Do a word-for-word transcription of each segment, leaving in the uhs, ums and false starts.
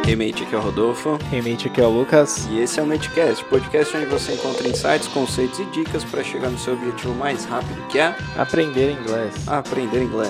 Hey mate, aqui é o Rodolfo. Hey mate, aqui é o Lucas. E esse é o MateCast, podcast onde você encontra insights, conceitos e dicas para chegar no seu objetivo mais rápido, que é aprender inglês. Aprender inglês.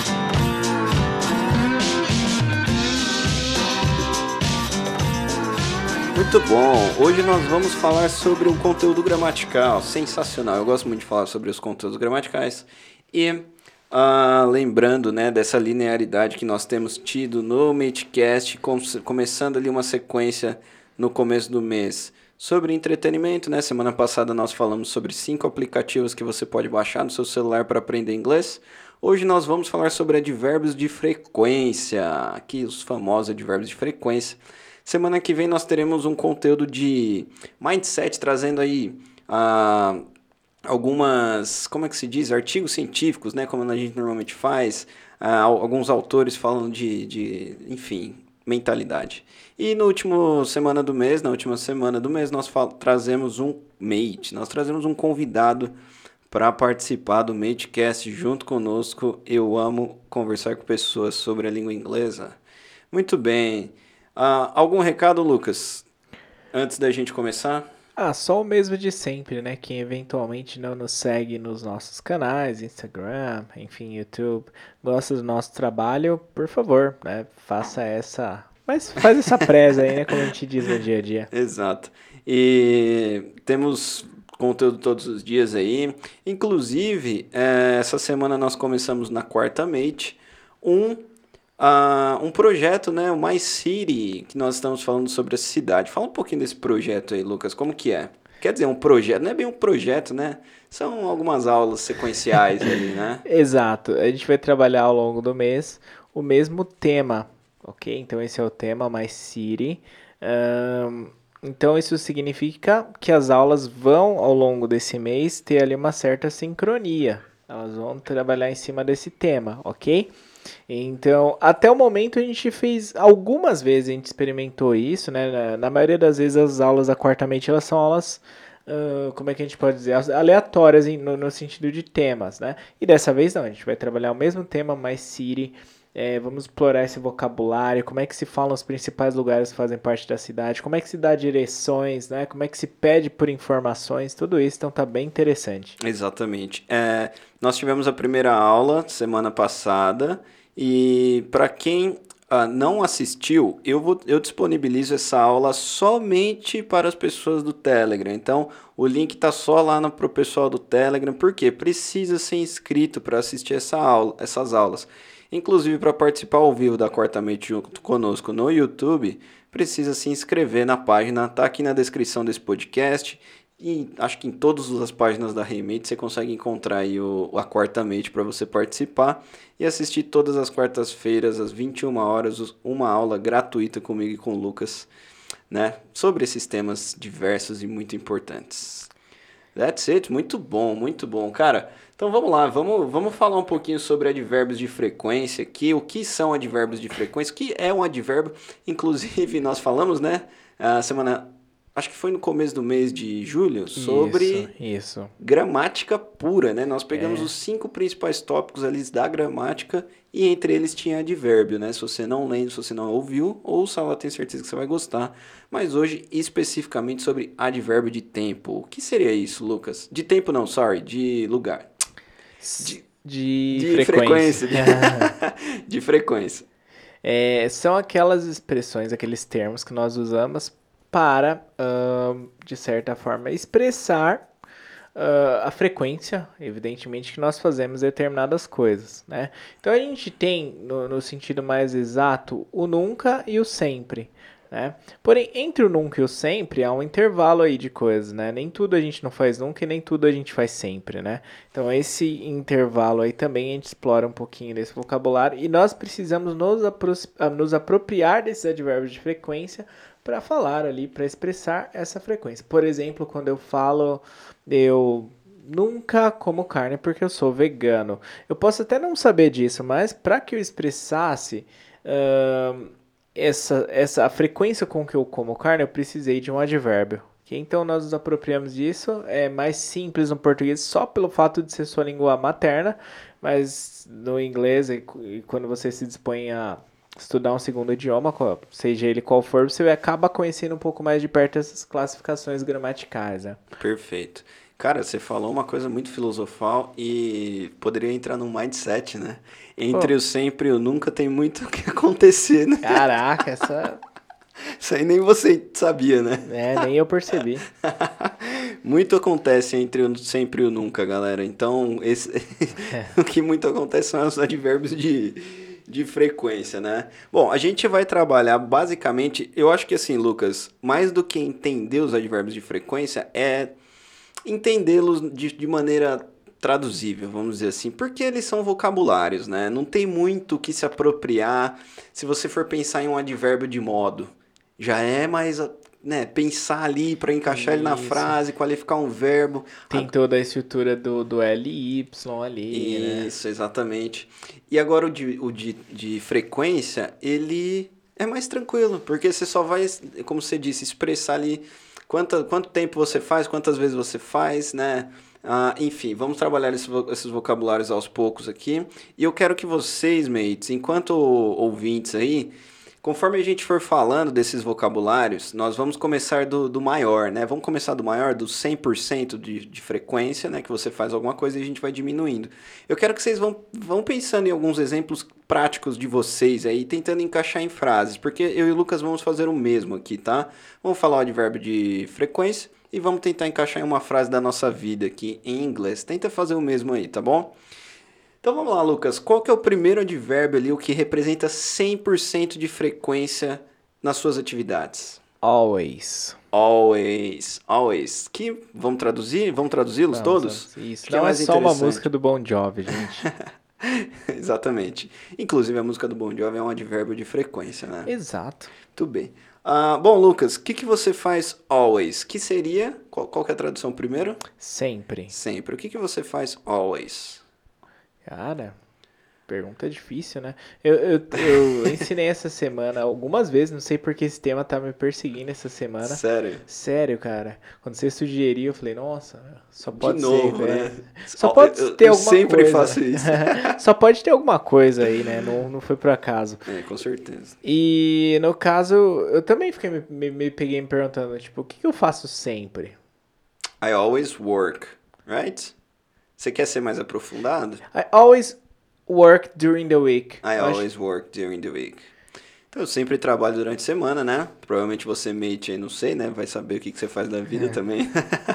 Muito bom! Hoje nós vamos falar sobre um conteúdo gramatical sensacional. Eu gosto muito de falar sobre os conteúdos gramaticais e ah, lembrando, né, dessa linearidade que nós temos tido no MateCast, com, começando ali uma sequência no começo do mês sobre entretenimento, né? Semana passada nós falamos sobre cinco aplicativos que você pode baixar no seu celular para aprender inglês. Hoje nós vamos falar sobre advérbios de frequência, aqui os famosos advérbios de frequência. Semana que vem nós teremos um conteúdo de mindset, trazendo aí ah, algumas, como é que se diz, artigos científicos, né, como a gente normalmente faz, ah, alguns autores falando de, de, enfim, mentalidade. E no último semana do mês, na última semana do mês, nós trazemos um mate, nós trazemos um convidado para participar do MateCast junto conosco. Eu amo conversar com pessoas sobre a língua inglesa. Muito bem. Uh, algum recado, Lucas, antes da gente começar? Ah, só o mesmo de sempre, né? Quem eventualmente não nos segue nos nossos canais, Instagram, enfim, YouTube, gosta do nosso trabalho, por favor, né? Faça essa... Mas faz essa presa aí, né? Como a gente diz no dia a dia. Exato. E temos conteúdo todos os dias aí. Inclusive, é, essa semana nós começamos na quarta Mate um... Uh, um projeto, né, o My City, que nós estamos falando sobre a cidade. Fala um pouquinho desse projeto aí, Lucas, como que é? Quer dizer, um projeto, não é bem um projeto, né? São algumas aulas sequenciais ali, né? Exato, a gente vai trabalhar ao longo do mês o mesmo tema, ok? Então esse é o tema My City. Um, então isso significa que as aulas vão, ao longo desse mês, ter ali uma certa sincronia. Elas vão trabalhar em cima desse tema, ok? Então, até o momento a gente fez, algumas vezes a gente experimentou isso, né? Na, na maioria das vezes as aulas da quarta mente, elas são aulas, uh, como é que a gente pode dizer? Aleatórias em, no, no sentido de temas, né? E dessa vez não, a gente vai trabalhar o mesmo tema, mais City, é, vamos explorar esse vocabulário, como é que se falam os principais lugares que fazem parte da cidade, como é que se dá direções, né? Como é que se pede por informações, tudo isso, então tá bem interessante. Exatamente. É, nós tivemos a primeira aula semana passada. E para quem ah, não assistiu, eu, vou, eu disponibilizo essa aula somente para as pessoas do Telegram. Então, o link está só lá para o pessoal do Telegram. Por quê? Precisa ser inscrito para assistir essa aula, essas aulas. Inclusive, para participar ao vivo da Quarta Mate junto conosco no YouTube, precisa se inscrever na página. Está aqui na descrição desse podcast. E acho que em todas as páginas da Remate você consegue encontrar aí o, a Quarta Mate para você participar e assistir todas as quartas-feiras, às vinte e uma horas, uma aula gratuita comigo e com o Lucas, né? Sobre esses temas diversos e muito importantes. That's it, muito bom, muito bom. Cara, então vamos lá, vamos, vamos falar um pouquinho sobre advérbios de frequência aqui. O que são advérbios de frequência? O que é um advérbio? Inclusive, nós falamos, né? A semana... Acho que foi no começo do mês de julho, sobre isso, isso. gramática pura, né? Nós pegamos é. os cinco principais tópicos ali da gramática e entre eles tinha advérbio, né? Se você não lembra, se você não ouviu, ouça lá, tenho certeza que você vai gostar. Mas hoje, especificamente sobre advérbio de tempo. O que seria isso, Lucas? De tempo não, sorry, de lugar. De, de, de frequência. frequência. De, de frequência. É, são aquelas expressões, aqueles termos que nós usamos para, uh, de certa forma, expressar uh, a frequência, evidentemente, que nós fazemos determinadas coisas, né? Então, a gente tem, no, no sentido mais exato, o nunca e o sempre, né? Porém, entre o nunca e o sempre, há um intervalo aí de coisas, né? Nem tudo a gente não faz nunca e nem tudo a gente faz sempre, né? Então, esse intervalo aí também a gente explora um pouquinho desse vocabulário e nós precisamos nos, apro- nos apropriar desses advérbios de frequência para falar ali, para expressar essa frequência. Por exemplo, quando eu falo, eu nunca como carne porque eu sou vegano. Eu posso até não saber disso, mas para que eu expressasse uh, essa, essa, a frequência com que eu como carne, eu precisei de um advérbio. Okay? Então, nós nos apropriamos disso. É mais simples no português só pelo fato de ser sua língua materna, mas no inglês, e quando você se dispõe a estudar um segundo idioma, qual- seja ele qual for, você acaba conhecendo um pouco mais de perto essas classificações gramaticais, né? Perfeito. Cara, você falou uma coisa muito filosofal e poderia entrar num mindset, né? Entre Pô, o sempre e o nunca tem muito o que acontecer, né? caraca, essa... Isso aí nem você sabia, né? É, nem eu percebi. Muito acontece entre o sempre e o nunca, galera. Então, esse... o que muito acontece são os advérbios de, de frequência, né? Bom, a gente vai trabalhar basicamente, eu acho que assim, Lucas, mais do que entender os advérbios de frequência, é entendê-los de, de maneira traduzível, vamos dizer assim, porque eles são vocabulários, né? Não tem muito o que se apropriar se você for pensar em um advérbio de modo. Já é mais, né, pensar ali para encaixar ele na Isso. frase, qualificar um verbo. Tem toda a estrutura do, do L e Y ali, né? Isso, exatamente. E agora o de, o de, de frequência, ele é mais tranquilo, porque você só vai, como você disse, expressar ali quanto, quanto tempo você faz, quantas vezes você faz, né? Ah, enfim, vamos trabalhar esse vo- esses vocabulários aos poucos aqui. E eu quero que vocês, mates, enquanto ouvintes aí, conforme a gente for falando desses vocabulários, nós vamos começar do, do maior, né? Vamos começar do maior, do cem por cento de, de frequência, né? Que você faz alguma coisa e a gente vai diminuindo. Eu quero que vocês vão, vão pensando em alguns exemplos práticos de vocês aí, tentando encaixar em frases, porque eu e o Lucas vamos fazer o mesmo aqui, tá? Vamos falar o advérbio de frequência e vamos tentar encaixar em uma frase da nossa vida aqui em inglês. Tenta fazer o mesmo aí, tá bom? Então vamos lá, Lucas. Qual que é o primeiro advérbio ali, o que representa cem por cento de frequência nas suas atividades? Always. Always, always. Que vamos traduzir? Vamos traduzi-los Vamos, todos? vamos. Isso. Que é Não é mais só uma interessante. música do Bon Jovi, gente. Exatamente. Inclusive a música do Bon Jovi é um advérbio de frequência, né? Exato. Muito bem. Ah, bom, Lucas, o que, que você faz always? Que seria? Qual, qual que é a tradução primeiro? Sempre. Sempre. O que, que você faz always? Cara, pergunta difícil, né? Eu, eu, eu ensinei essa semana algumas vezes, não sei porque esse tema tá me perseguindo essa semana. Sério? Sério, cara. Quando você sugeriu, eu falei, nossa, só De pode novo, ser, né? né? Só Ó, pode eu- ter eu alguma sempre coisa, faço né? isso. Só pode ter alguma coisa aí, né? Não, não foi por acaso. É, com certeza. E no caso, eu também fiquei me, me, me peguei me perguntando, tipo, o que, que eu faço sempre? I always work, right? Você quer ser mais aprofundado? I always work during the week. I Eu acho- always work during the week. Então eu sempre trabalho durante a semana, né? Provavelmente você, mate, aí não sei, né? Vai saber o que, que você faz da vida também.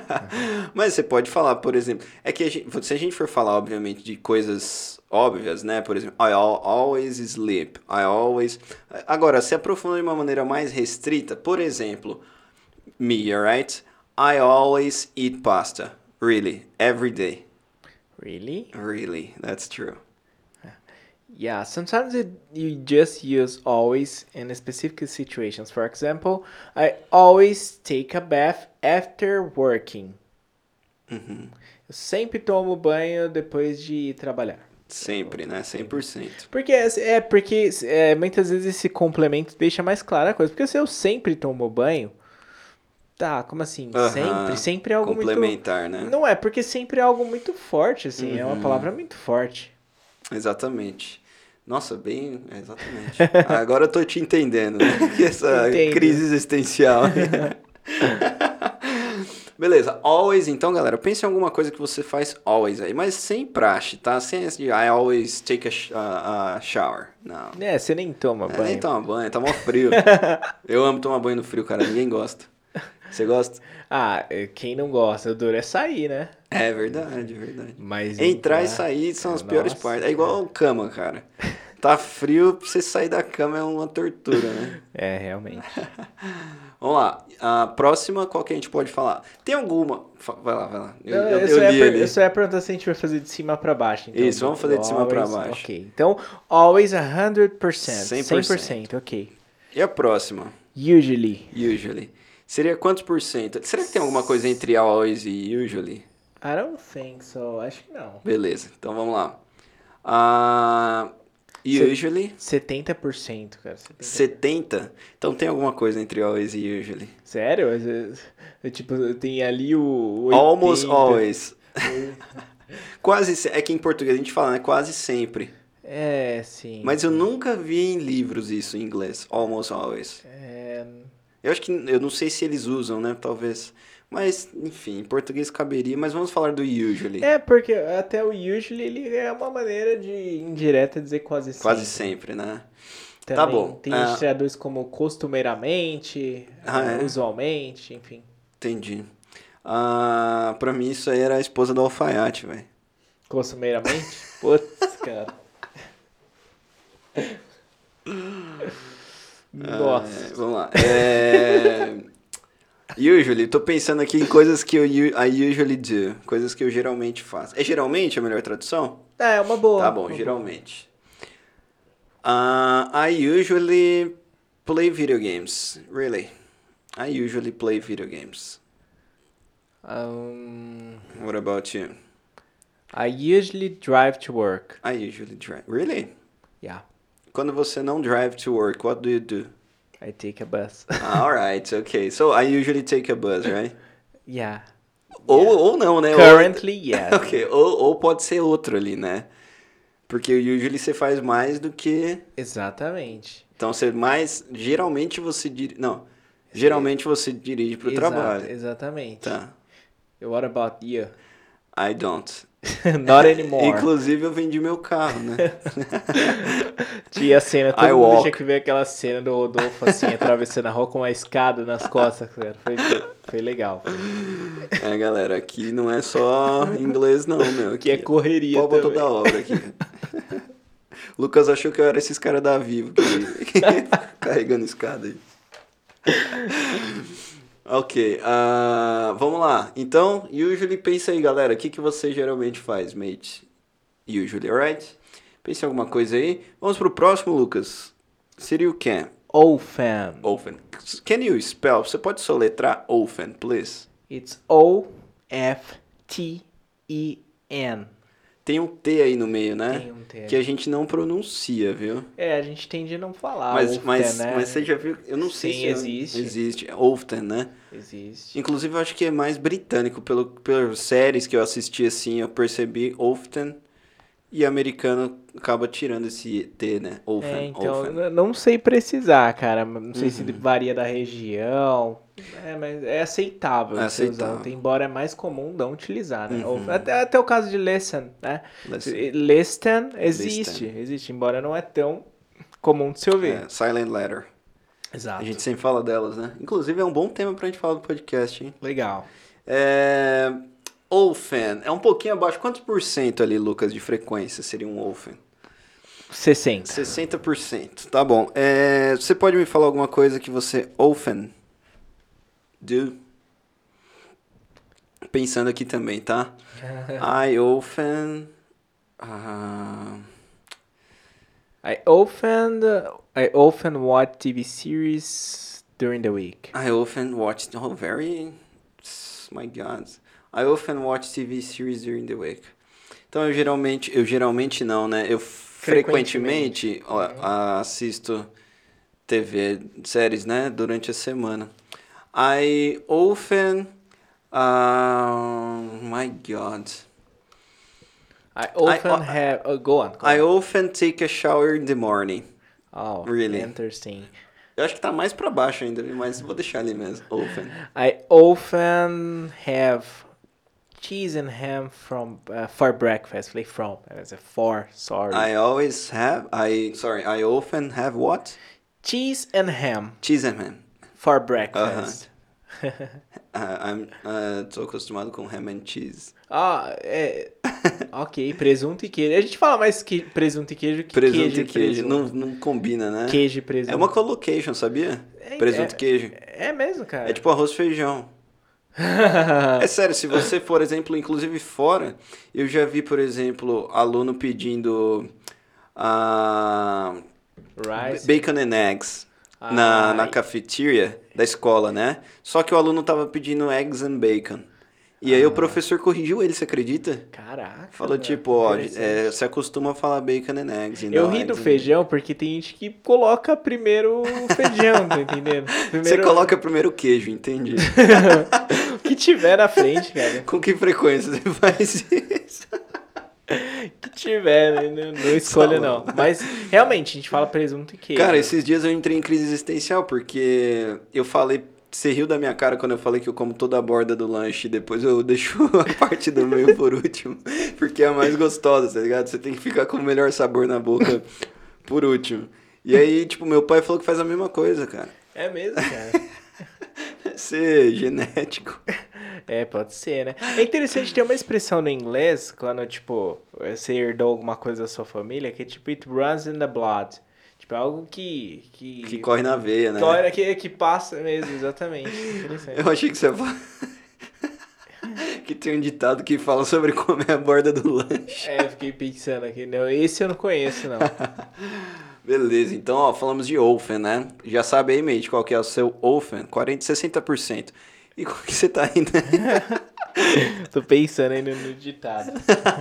Mas você pode falar, por exemplo... É que a gente- se a gente for falar, obviamente, de coisas óbvias, né? Por exemplo, I al- always sleep. I always... Agora, se aprofunda de uma maneira mais restrita, por exemplo, me, alright? I always eat pasta. Really. Every day. Really? Really. That's true. Yeah, sometimes it, you just use always in specific situations. For example, I always take a bath after working. Uhum. Eu sempre tomo banho depois de ir trabalhar. Sempre, né? cem por cento. Porque é, é porque é, muitas vezes esse complemento deixa mais clara a coisa. Porque se eu sempre tomo banho, tá, como assim? Aham. Sempre? Sempre é algo muito... Complementar, né? Não é, porque sempre é algo muito forte, assim. É uma Uhum. palavra muito forte. Exatamente. Nossa, bem... é, exatamente. Ah, agora eu tô te entendendo, né? Que essa Entendo. crise existencial. Beleza, always, então, galera, pense em alguma coisa que você faz always aí, mas sem praxe, tá? Sem esse de I always take a, sh- a- a shower. Não. É, você nem toma É, banho. nem toma banho, tá mó frio. Eu amo tomar banho no frio, cara, ninguém gosta. Você gosta? Ah, é, quem não gosta, o duro é sair, né? É verdade, é verdade. Mas Entrar e entrar- sair são as Nossa, piores partes. É igual cama, cara. Tá frio, pra você sair da cama é uma tortura, né? É, realmente. Vamos lá. A próxima, qual que a gente pode falar? Tem alguma... fa- Vai lá, vai lá. Eu, Não, eu, eu, eu só ia li per- ali. eu só ia perguntar se a gente vai fazer de cima pra baixo. Então, Isso, vamos fazer de cima pra always- baixo. Ok, então, always cem por cento. cem cem por por cento. cento, ok. E a próxima? Usually. Usually. Seria quantos por cento? Será que tem alguma coisa entre always e usually? I don't think so. Acho que não. Beleza, então vamos lá. Ah, Cê- usually, setenta por cento, cara. setenta por cento. setenta? Então tem alguma coisa entre always e usually. Sério? Às vezes, eu, tipo, tem ali o oitenta. Almost always. Quase se... É que em português a gente fala, né? Quase sempre. É, sim. Mas eu sim. nunca vi em livros isso em inglês. Almost always. É, Eu acho que... Eu não sei se eles usam, né? Talvez. Mas, enfim, em português caberia. Mas vamos falar do usually. é, porque até o usually ele é uma maneira de indireta dizer quase Quase sempre. sempre, né? Também Tá bom. tem gente que Ah, traduz como costumeiramente, ah, é, é? usualmente, enfim. Entendi. Ah, pra mim isso aí era a esposa do alfaiate, velho. Costumeiramente? Putz, cara. Nossa. Vamos lá. É... Usually, tô pensando aqui em coisas que eu u- I usually do. Coisas que eu geralmente faço. É geralmente a melhor tradução? É, uma boa. Tá bom, uma geralmente. Ah, I usually play video games. Really. I usually play video games. boa. Um, What about you? I usually drive to work. I usually drive. Really? Yeah, Quando você não drive to work, what do you do? I take a bus. Alright, okay. So I usually take a bus, right? Yeah. Ou, Yeah. ou não, né? Currently, yes. Ou, ok, ou, ou pode ser outro ali, né? Porque o usually você faz mais do que... Exatamente. Então você mais... Geralmente você dirige... Não. Geralmente você dirige pro Exato, trabalho. exatamente. Tá. What about you? I don't. Not anymore. Inclusive eu vendi meu carro, né? Tinha a cena, I todo mundo walk. tinha que ver aquela cena do Rodolfo assim, atravessando a rua com uma escada nas costas, cara. Foi, foi legal. Foi. É, galera, aqui não é só inglês não, meu. Que é Aqui correria pau pra também. toda obra aqui. Lucas achou que eu era esses caras da Vivo, que... carregando escada aí. Ok, ah, vamos lá. Então, usually, pensa aí, galera. O que, que você geralmente faz, mate? Usually, alright? Pensa em alguma coisa aí. Vamos pro próximo, Lucas. Seria o quê? Often. Often. Can you spell? Você pode soletrar often, please? It's O F T E N. Tem um T aí no meio, né? Tem um T aí. Que a gente não pronuncia, viu? É, a gente tende a não falar Mas, often, mas, né? mas você já viu? Eu não sei Sim, se existe. existe. Often, né? Existe. Inclusive, eu acho que é mais britânico. Pelo, pelas séries que eu assisti, assim, eu percebi often. E americano acaba tirando esse T, né? Often, É, então, often. n- não sei precisar, cara. Não sei se Uhum. varia da região. É, mas é aceitável É de ser aceitável. usado, embora é mais comum não utilizar, né? Uhum. Ou- até, até o caso de listen, né? Listen. Listen existe, Listen. existe, embora não é tão comum de se ouvir. É, silent letter. Exato. A gente sempre fala delas, né? Inclusive, é um bom tema pra gente falar do podcast, hein? Legal. É... Often. É um pouquinho abaixo. Quantos por cento ali, Lucas, de frequência seria um often? sessenta. sessenta por cento. Tá bom. É... Você pode me falar alguma coisa que você often do? Pensando aqui também, tá? I often... ah, I often I often watch T V series during the week. I often watch... Oh, very... My God. I often watch T V series during the week. Então, eu geralmente... Eu geralmente não, né? Eu frequentemente, Frequentemente. ó, assisto T V, séries, né? Durante a semana. I often... Uh, my God. I often I- have oh, go on. Go I on. often take a shower in the morning. Oh, really. interesting. Eu acho que tá mais pra baixo ainda, mas vou deixar ali mesmo. Often. I often have cheese and ham from uh, for breakfast. Falei from, mas é for, sorry. I always have... I... Sorry. I often have what? Cheese and ham Cheese and ham. for breakfast. Uh, I'm, uh, tô acostumado com ham and cheese. Ah, é. Ok, presunto e queijo. A gente fala mais que presunto e queijo que Presunto queijo e queijo. Não, presunto. não combina, né? Queijo e presunto. É uma collocation, sabia? É, Presunto é- e queijo. É mesmo, cara. É tipo arroz e feijão. É sério, se você, por exemplo, inclusive fora, eu já vi, por exemplo, aluno pedindo ah, Rice. bacon and eggs na, Ah, na cafeteria da escola, né? Só que o aluno tava pedindo eggs and bacon. E aí o professor corrigiu ele, você acredita? Caraca. Falou velho, tipo, ó, interessante. é, se acostuma a falar bacon and eggs. e Eu não ri do eggs and- feijão porque tem gente que coloca primeiro o feijão, tá entendendo? Você Primeiro coloca primeiro o queijo, entendi. o que tiver na frente, cara. Com que frequência você faz isso? Que tiver, né? Não, não escolho não. Mas, realmente, a gente fala presunto e queijo. Cara, esses dias eu entrei em crise existencial, porque eu falei... Você riu da minha cara quando eu falei que eu como toda a borda do lanche e depois eu deixo a parte do meio por último, porque é a mais gostosa, tá ligado? Você tem que ficar com o melhor sabor na boca por último. E aí, tipo, meu pai falou que faz a mesma coisa, cara. É mesmo, cara. Ser genético. É, pode ser, né? É interessante ter uma expressão no inglês, quando, tipo, você herdou alguma coisa da sua família, que é tipo, it runs in the blood. Tipo, é algo que... Que, Que corre na veia, né? Corre, que, que passa mesmo, exatamente. Interessante. Eu achei que você ia falar... que tem um ditado que fala sobre comer a borda do lanche. É, eu fiquei pensando aqui. Não, esse eu não conheço, não. Beleza, então, ó, falamos de Ofen, né? Já sabe aí, mate, qual que é o seu Ofen? quarenta, sessenta por cento. E qual que você tá indo? Tô pensando aí no, no ditado.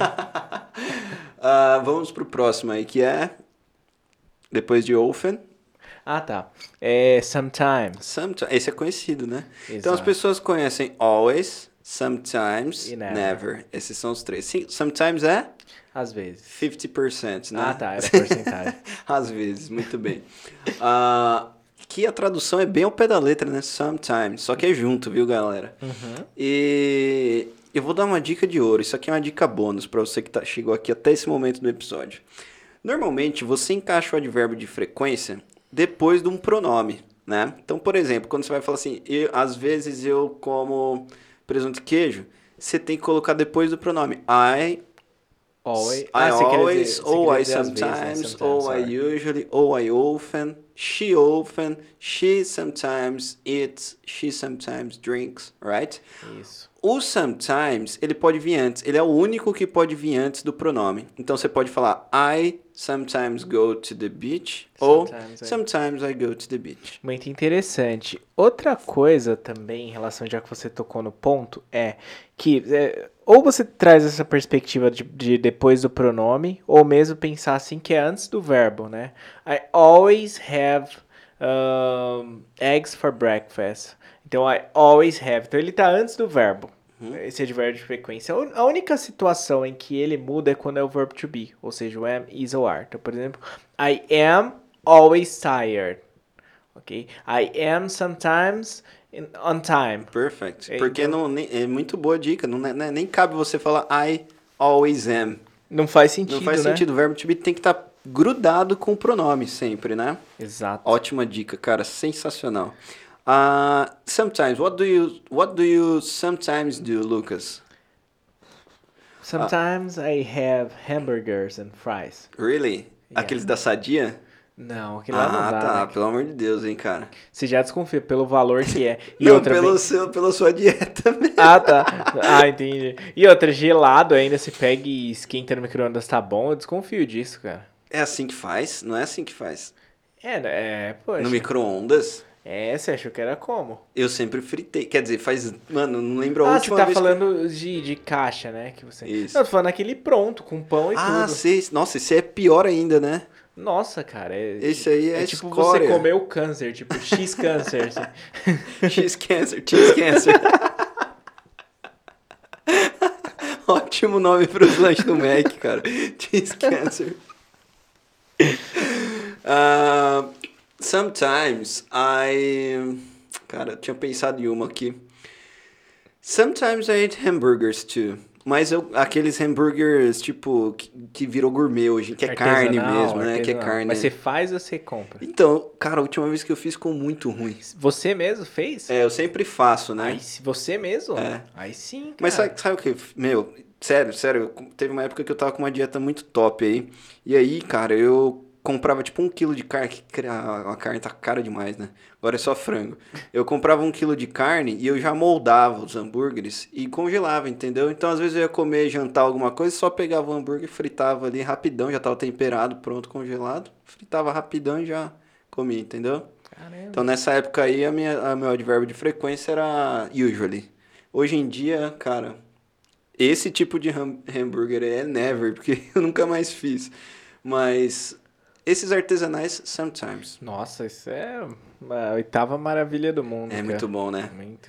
Ah, vamos pro próximo aí, que é... Depois de Ofen... Ah, tá. É sometimes. Sometimes. Esse é conhecido, né? Exato. Então as pessoas conhecem always, sometimes, E never. never. Esses são os três. Sim, sometimes é Às vezes. cinquenta por cento, né? Ah, tá. Era porcentagem. Às vezes, muito bem. Ah, que a tradução é bem ao pé da letra, né? Sometimes. Só que é junto, viu, galera? Uhum. E eu vou dar uma dica de ouro. Isso aqui é uma dica bônus pra você que tá, chegou aqui até esse momento do episódio. Normalmente, você encaixa o advérbio de frequência depois de um pronome, né? Então, por exemplo, quando você vai falar assim, eu, às vezes eu como presunto e queijo, você tem que colocar depois do pronome. I, Always. I Ah, você quer always, dizer- você ou queria I dizer às vezes, né? sometimes, Sometimes, ou I sorry. usually, ou I often, she often, she sometimes eats, she sometimes drinks, right? Isso. O sometimes, ele pode vir antes. Ele é o único que pode vir antes do pronome. Então, você pode falar I sometimes go to the beach. Sometimes ou I- sometimes I go to the beach. Muito interessante. Outra coisa também, em relação, já que você tocou no ponto, é que é, ou você traz essa perspectiva de, de depois do pronome, ou mesmo pensar assim que é antes do verbo, né? I always have um, eggs for breakfast. Então, I always have. Então, ele tá antes do verbo. Esse advérbio de frequência. A única situação em que ele muda é quando é o verbo to be, ou seja, o am, is ou are. Então, por exemplo, I am always tired. Ok? I am sometimes in- on time. Perfect. É, Porque então- não, nem- é muito boa dica. Não, é- nem cabe você falar I always am. Não faz sentido, Não faz né? sentido. O verbo to be tem que estar grudado com o pronome sempre, né? Exato. Ótima dica, cara. Sensacional. Uh, sometimes, what do you what do you sometimes do, Lucas? Sometimes I have hamburgers and fries. Really? Yeah. Aqueles da Sadia? Não, aquele lá Ah, não dá, tá. né? Pelo amor de Deus, hein, cara. Você já desconfia pelo valor que é. E Não, outra pelo vem- seu, pela sua dieta mesmo. Ah, tá. Ah, entendi. E outra, gelado ainda, se pega e esquenta no micro-ondas, tá bom? Eu desconfio disso, cara. É assim que faz? Não é assim que faz. É, né? É, poxa. No micro-ondas, É, você achou que era como? eu sempre fritei. Quer dizer, faz... Mano, não lembro a Ah, você última tá vez que... falando de, de caixa, né? Que você... Isso. Não, eu tô falando aquele pronto, com pão e Ah, tudo. sei. Nossa, esse é pior ainda, né? Nossa, cara. É, Esse aí é tipo escória. você comer o câncer, tipo X câncer. assim. X cancer, X cancer. Ótimo nome para os lanches do Mac, cara. Cheese cancer. Uh, sometimes I... Cara, eu tinha pensado em uma aqui. Sometimes I eat hamburgers too. Mas eu, aqueles hambúrgueres, tipo, que, que virou gourmet hoje, que é carne Artesanal, mesmo, né? Que é artesanal. carne. Mas você faz ou você compra? Então, cara, a última vez que eu fiz ficou muito ruim. Você mesmo fez? É, eu sempre faço, né? Aí, se você mesmo? É. Aí sim, cara. Mas sabe, sabe o que? Meu, sério, sério, teve uma época que eu tava com uma dieta muito top aí. E aí, cara, eu comprava tipo um quilo de carne, que a, a carne tá cara demais, né? Agora é só frango. Eu comprava um quilo de carne e eu já moldava os hambúrgueres e congelava, entendeu? Então, às vezes eu ia comer, jantar alguma coisa, só pegava o hambúrguer, fritava ali rapidão, já tava temperado, pronto, congelado. Fritava rapidão e já comia, entendeu? Caramba. Então, nessa época aí, a minha, a meu advérbio de frequência era usually. Hoje em dia, cara, esse tipo de ham- hambúrguer é never, porque eu nunca mais fiz. Mas esses artesanais, sometimes. Nossa, isso é a oitava maravilha do mundo, É cara. muito bom, né? Muito.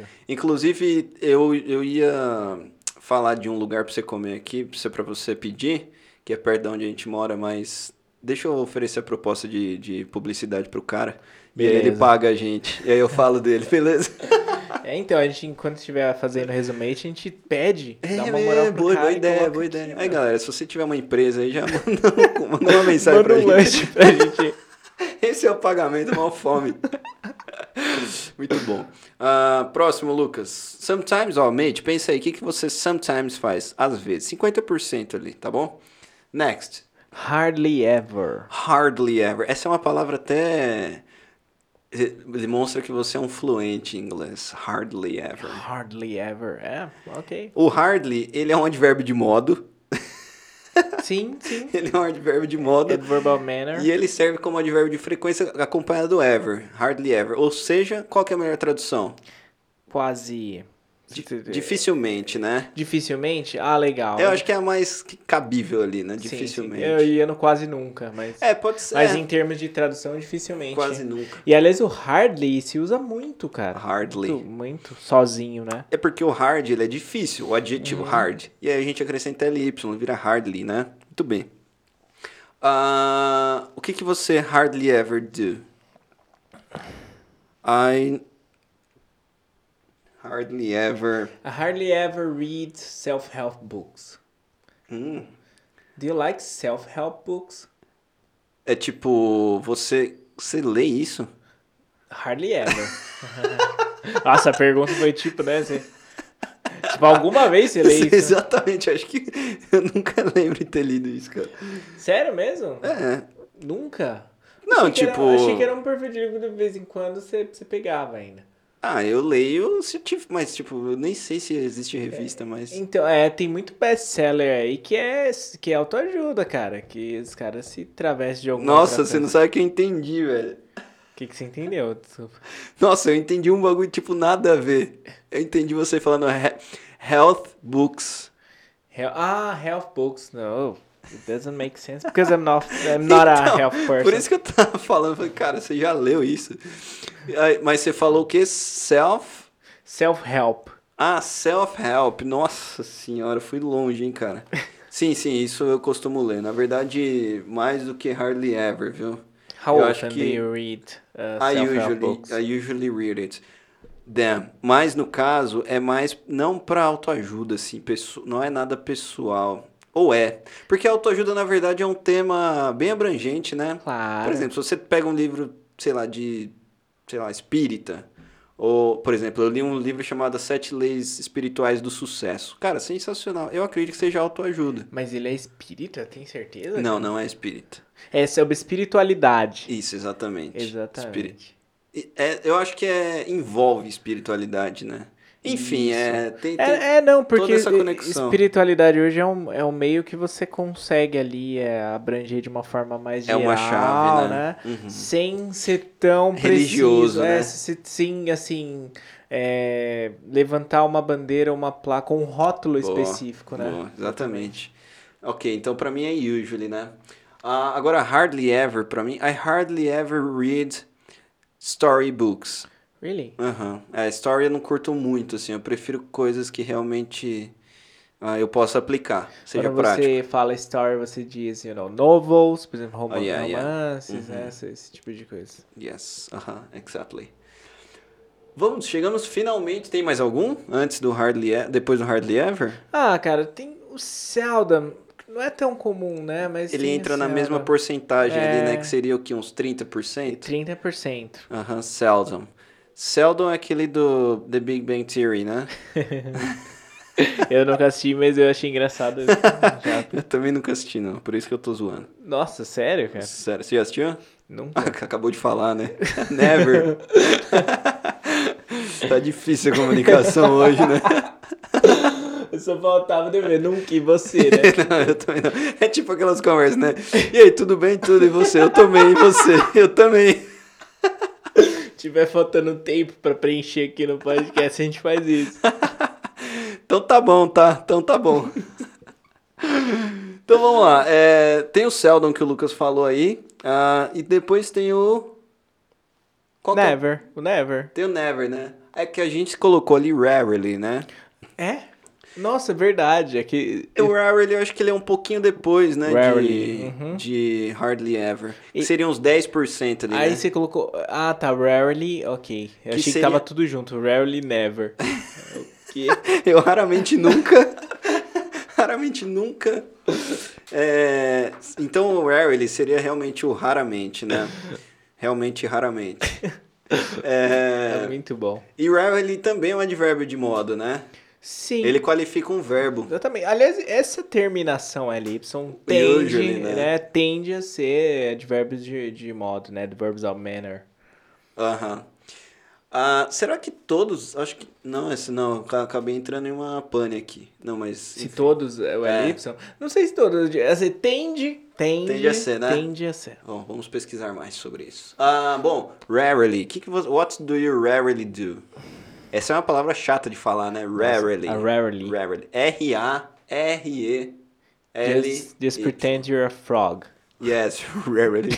Inclusive, eu, eu ia falar de um lugar pra você comer aqui, pra você, pra você pedir, que é perto de onde a gente mora, mas deixa eu oferecer a proposta de, de publicidade pro cara. Beleza. E aí ele paga a gente. E aí eu falo dele, beleza? É, então, a gente, enquanto estiver fazendo resumate, a gente pede, É, dá uma moral é, pro boa, cara boa e ideia, coloca boa aqui, ideia. mano. Aí, galera, se você tiver uma empresa aí, já manda, um- manda uma mensagem Manda pra um gente. lanche pra gente. Esse é o pagamento mal fome. Muito bom. Ah, próximo, Lucas. Sometimes, ó, mate, pensa aí, o que, que você sometimes faz? Às vezes. cinquenta por cento ali, tá bom? Next. Hardly ever. Hardly ever. Essa é uma palavra até... demonstra que você é um fluente em inglês. Hardly ever. Hardly ever. É, ok. O hardly, ele é um advérbio de modo. Sim, sim. Ele é um advérbio de modo. Adverbal manner. E ele serve como advérbio de frequência acompanhado do ever. Hardly ever. Ou seja, qual que é a melhor tradução? Quase. Di- dificilmente, né? Dificilmente? Ah, legal. Eu acho que é a mais cabível ali, né? Sim, Dificilmente. sim. Eu ia no quase nunca, mas... É, pode ser. Mas é, em termos de tradução, dificilmente. Quase nunca. E aliás, o hardly se usa muito, cara. Hardly. Muito, muito sozinho, né? É porque o hard, ele é difícil, o adjetivo Uhum. hard. E aí a gente acrescenta L Y, vira hardly, né? Muito bem. Ah, o que que você hardly ever do? I hardly ever... I hardly ever read self-help books. Hum. Do you like self-help books? É tipo, você, você lê isso? Hardly ever. Nossa, a pergunta foi tipo, né? Você... Tipo, alguma vez você lê isso? Exatamente, acho que eu nunca lembro de ter lido isso, cara. Sério mesmo? É. Nunca? Não, Achei que era- tipo... achei que era um perfil de livro de vez em quando você, você pegava ainda. Ah, eu leio se tive, mas tipo, eu nem sei se existe revista, mas... Então, é, tem muito best-seller aí que é, que é autoajuda, cara. Que os caras se travestem de alguma Nossa, outra você não coisa. sabe o que eu entendi, velho. O que, que você entendeu? Desculpa. Nossa, eu entendi um bagulho, tipo, nada a ver. Eu entendi você falando he- health books. Hel- ah, health books. No, it doesn't make sense. Because I'm not, I'm not a Então, health person. Por isso que eu tava falando, falei, cara, você já leu isso? Aí, mas você falou o quê? Self... Self-help. Ah, self-help. Nossa senhora, fui longe, hein, cara. Sim, sim, isso eu costumo ler. Na verdade, mais do que hardly ever, viu? How Eu acho often que- do you read uh, I self-help usually, books? I usually read it. Them. Mas no caso, é mais não pra autoajuda, assim, pesso- não é nada pessoal. Ou é. Porque a autoajuda, na verdade, é um tema bem abrangente, né? Claro. Por exemplo, se você pega um livro, sei lá, de, sei lá, espírita, ou, por exemplo, eu li um livro chamado As Sete Leis Espirituais do Sucesso. Cara, sensacional. Eu acredito que seja autoajuda. Mas ele é espírita, tem certeza? Não, cara? não é espírita. É sobre espiritualidade. Isso, exatamente. Espiri- Exatamente. E- é, eu acho que é, envolve espiritualidade, né? Enfim, Isso. é, tem, tem- É, é, não, porque toda essa conexão. espiritualidade hoje é um, é um meio que você consegue ali é, abranger de uma forma mais É geral, uma chave, né? né? Uhum. Sem ser tão Religioso, preciso. né? É, se- sim, assim, é, levantar uma bandeira, uma placa, um rótulo Boa, específico, né? boa, exatamente. Ok, então pra mim é usually, né? Ah, agora, hardly ever, pra mim, I hardly ever read storybooks. Really? Aham. É, story eu não curto muito, assim, eu prefiro coisas que realmente ah, eu possa aplicar, seja Quando prático. você fala story, você diz, you know, novels, por exemplo, roman Oh, yeah, yeah. romances, Uhum. né? Esse, esse tipo de coisa. Yes, aham, exactly. Vamos, chegamos finalmente, tem mais algum? Antes do Hardly E- depois do Hardly Ever? Ah, cara, tem o seldom, não é tão comum, né? Mas Ele tem o entra na seldom. mesma porcentagem ali, né, É. que seria o que, uns trinta por cento? trinta por cento. Aham, seldom. Seldom é aquele do The Big Bang Theory, né? Eu nunca assisti, mas eu achei engraçado. Já- Eu também nunca assisti, não, por isso que eu tô zoando. Nossa, sério, cara? Sério, você já assistiu? Nunca. Acabou de falar, né? Never. Tá difícil a comunicação hoje, né? Eu só faltava de ver, nunca e você, né? Não, eu também não. É tipo aquelas conversas, né? E aí, tudo bem? Tudo, e você? Eu também, e você? Eu também. Tiver faltando tempo pra preencher aqui no podcast, a gente faz isso. Então tá bom, tá? Então tá bom. Então vamos lá. É, tem o Seldom que o Lucas falou aí. ah, e depois tem o... Qual que é o- Never, o never. Tem o Never, né? É que a gente colocou ali Rarely, né? É? Nossa, é verdade. É que... O rarely, eu acho que ele é um pouquinho depois, né? Rarely, De, uhum. de hardly ever. Que E- seriam uns dez por cento ali, Aí né? você colocou... Ah, tá. Rarely, ok. Eu Que achei seria- que tava tudo junto. Rarely, never. O quê? Eu raramente nunca... raramente nunca... É, então o rarely seria realmente o raramente, né? Realmente raramente. É É, muito bom. e rarely também é um advérbio de modo, né? Sim. Ele qualifica um verbo. Exatamente. Aliás, essa terminação L Y tende, Usually, né? né? Tende a ser advérbios de, de modo, né? Adverbs of manner. Aham. Ah, será que todos... Acho que... Não, esse não. eu Acabei entrando em uma pane aqui. Não, mas... Se enfim. todos é o É. L Y, não sei se todos, assim, tende, tende, Tende a ser, né? Tende a ser. Bom, vamos pesquisar mais sobre isso. Ah, bom, rarely. Que que você, what do you rarely do? Essa é uma palavra chata de falar, né? Rarely. a rarely. Rarely. R A R E L. Just, just pretend you're a frog. Yes, rarely.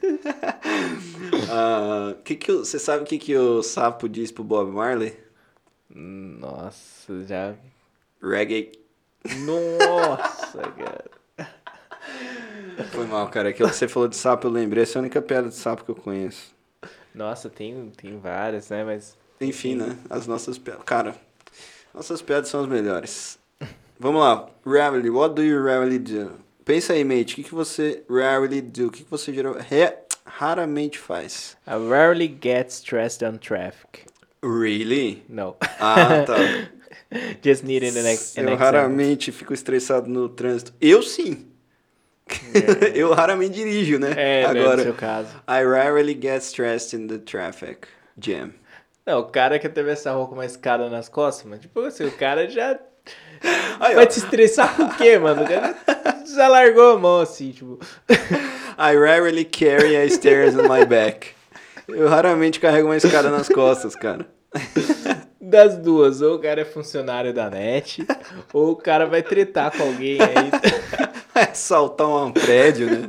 Ah, que que o- você sabe o que, que o sapo diz pro Bob Marley? Nossa, já... Reggae. Nossa, cara. Foi mal, cara. Aquilo que você falou de sapo, eu lembrei. Essa é a única piada de sapo que eu conheço. Nossa, tem, tem várias, né? Mas... Enfim, né? As nossas piadas. Cara, nossas piadas são as melhores. Vamos lá. Rarely. What do you rarely do? Pensa aí, mate. O que, que você rarely do? O que, que você geral... Re... raramente faz? I rarely get stressed on traffic. Really? No. Ah, tá. Just needed an, ex- an Eu example. raramente fico estressado no trânsito. Eu sim. Eu raramente dirijo, né? É, né, no Agora, seu caso. I rarely get stressed in the traffic jam. Não, o cara que teve essa rua com uma escada nas costas, mas tipo assim, o cara já Aí, vai ó. te estressar com o quê, mano? O cara já largou a mão assim, tipo. I rarely carry a stairs on my back. Eu raramente carrego uma escada nas costas, cara. Das duas, ou o cara é funcionário da net, ou o cara vai tretar com alguém aí. Saltar um prédio, né?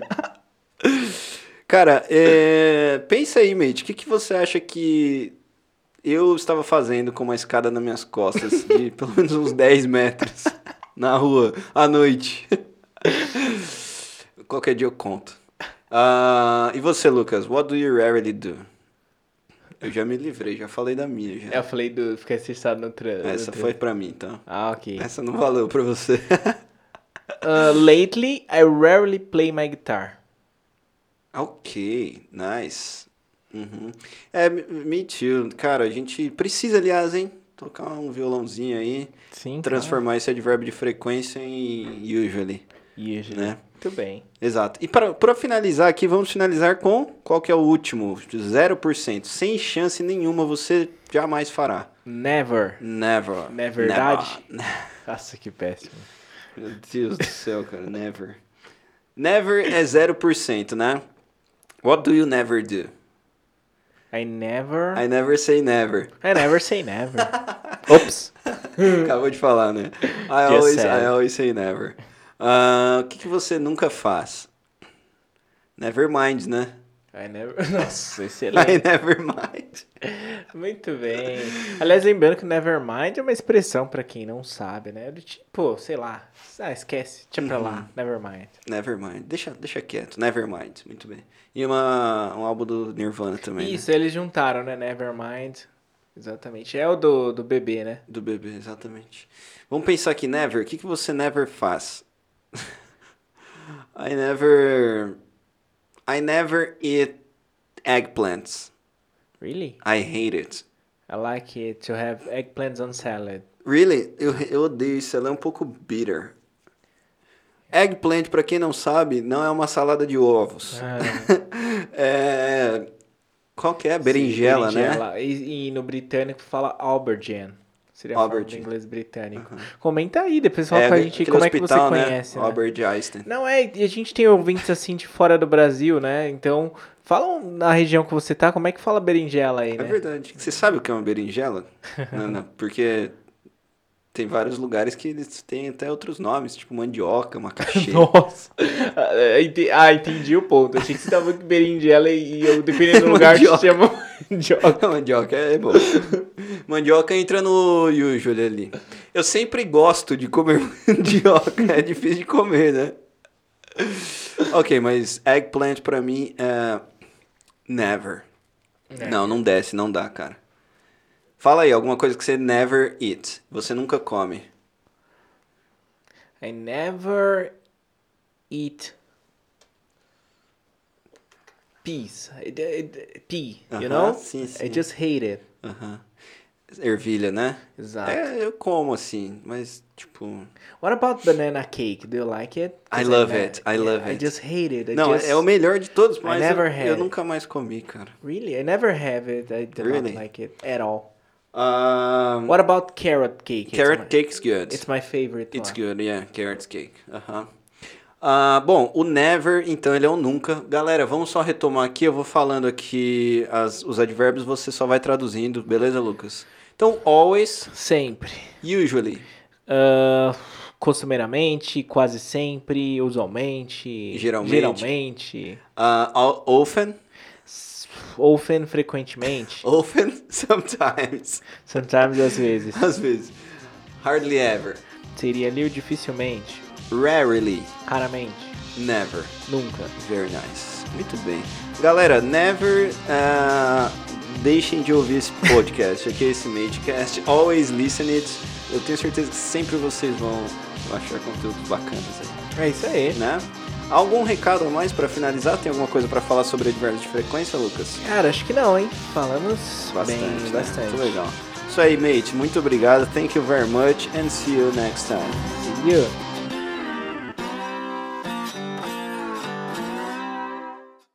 Cara, é... pensa aí, mate. O que, que você acha que eu estava fazendo com uma escada nas minhas costas de pelo menos uns dez metros na rua à noite? Qualquer dia eu conto. Ah, e você, Lucas? What do you rarely do? Eu já me livrei, já falei da minha. Já. Eu falei do ficar estressado no trânsito. Essa foi pra mim, então. Ah, ok. Essa não valeu pra você. Uh, lately, I rarely play my guitar. Ok, nice. Uhum. É, me- me too. Cara, a gente precisa, aliás, hein? Tocar um violãozinho aí. Sim, Transformar esse advérbio de frequência em usually, Usually. né? Muito bem. Exato. E para para finalizar aqui, vamos finalizar com qual que é o último? zero por cento. Sem chance nenhuma você jamais fará. Never. Never. Não é verdade? Never. Nossa, que péssimo. Meu Deus do céu, cara. Never. Never é zero por cento, né? What do you never do? I never... I never say never. I never say never. Ops. Acabou de falar, né? I Just always, said. I always say never. Ah, o que, que você nunca faz? Never mind, né? I never... Nossa, I excelente. never mind. Muito bem. Aliás, lembrando que Nevermind é uma expressão pra quem não sabe, né? Do tipo, sei lá. Ah, esquece. Deixa pra lá. Nevermind. Never mind. Deixa, deixa quieto. Never mind. Muito bem. E uma, um álbum do Nirvana também, Isso, eles juntaram, né? Nevermind. Exatamente. É o do, do bebê, né? né? Do bebê, exatamente. Vamos pensar aqui, never. O que, que você never faz? I never... I never eat eggplants. Really? I hate it. I like it to have eggplants on salad. Really? Eu, eu odeio isso. Ela é um pouco bitter. Eggplant, pra quem não sabe, não é uma salada de ovos. Ah, É... Qual que é? Berinjela, sim, né? berinjela. E, e no britânico fala aubergine. Seria a forma do Aubergine. inglês britânico. Comenta aí, depois fala É, com a gente aquele como é que você hospital, né? conhece, né? Albert Einstein. Não, é, e a gente tem ouvintes assim de fora do Brasil, né? Então, fala na região que você tá, como é que fala berinjela aí, É né? verdade. Você sabe o que é uma berinjela? Não, não, porque tem vários lugares que eles têm até outros nomes, tipo mandioca, macaxeira. Nossa. Ah, ente- Ah, entendi o ponto. Achei que você tava com berinjela e e eu, dependendo do lugar, te Mandioca. chama mandioca. mandioca é bom. Mandioca entra no usual ali. Eu sempre gosto de comer mandioca, é difícil de comer, né? Ok, mas eggplant pra mim é never. Never. Não, não desce, não dá, cara. Fala aí, alguma coisa que você never eat. Você nunca come. I never eat peas. It- it- Pea, you Aham, know? sim, sim. I just hate it. Aham. Ervilha, né? Exato. É, eu como assim, mas tipo... What about banana cake? Do you like it? I 'Cause love ne- it, I yeah, love I it. just hate it. I Não, just... é o melhor de todos, mas eu, never had eu it. nunca mais comi, cara. Really? I never have it. I do Really? not like it at all. Um, What about carrot cake? It's carrot my- cake's good. It's my favorite It's one. good, yeah, carrot cake. Aham. Ah, bom, o never, então, ele é o nunca. Galera, vamos só retomar aqui. Eu vou falando aqui as, os advérbios, você só vai traduzindo, beleza, Lucas? Então, always, Sempre. usually, Ah, costumeiramente, quase sempre, usualmente, Geralmente. geralmente, ah, o- often, s- often, frequentemente, often, sometimes, sometimes, às vezes, às vezes, hardly ever, seria ali o dificilmente, rarely, raramente, never. nunca. Very nice. Muito bem. Galera, never uh, deixem de ouvir esse podcast, aqui é esse Madecast. Always listen it. Eu tenho certeza que sempre vocês vão achar conteúdos bacanas aí, É isso aí. né? Algum recado a mais pra finalizar? Tem alguma coisa pra falar sobre advérbios de frequência, Lucas? Cara, acho que não, hein? Falamos Bastante, bem, né? bastante. Muito legal. Isso aí, mate. Muito obrigado. Thank you very much and see you next time. See you.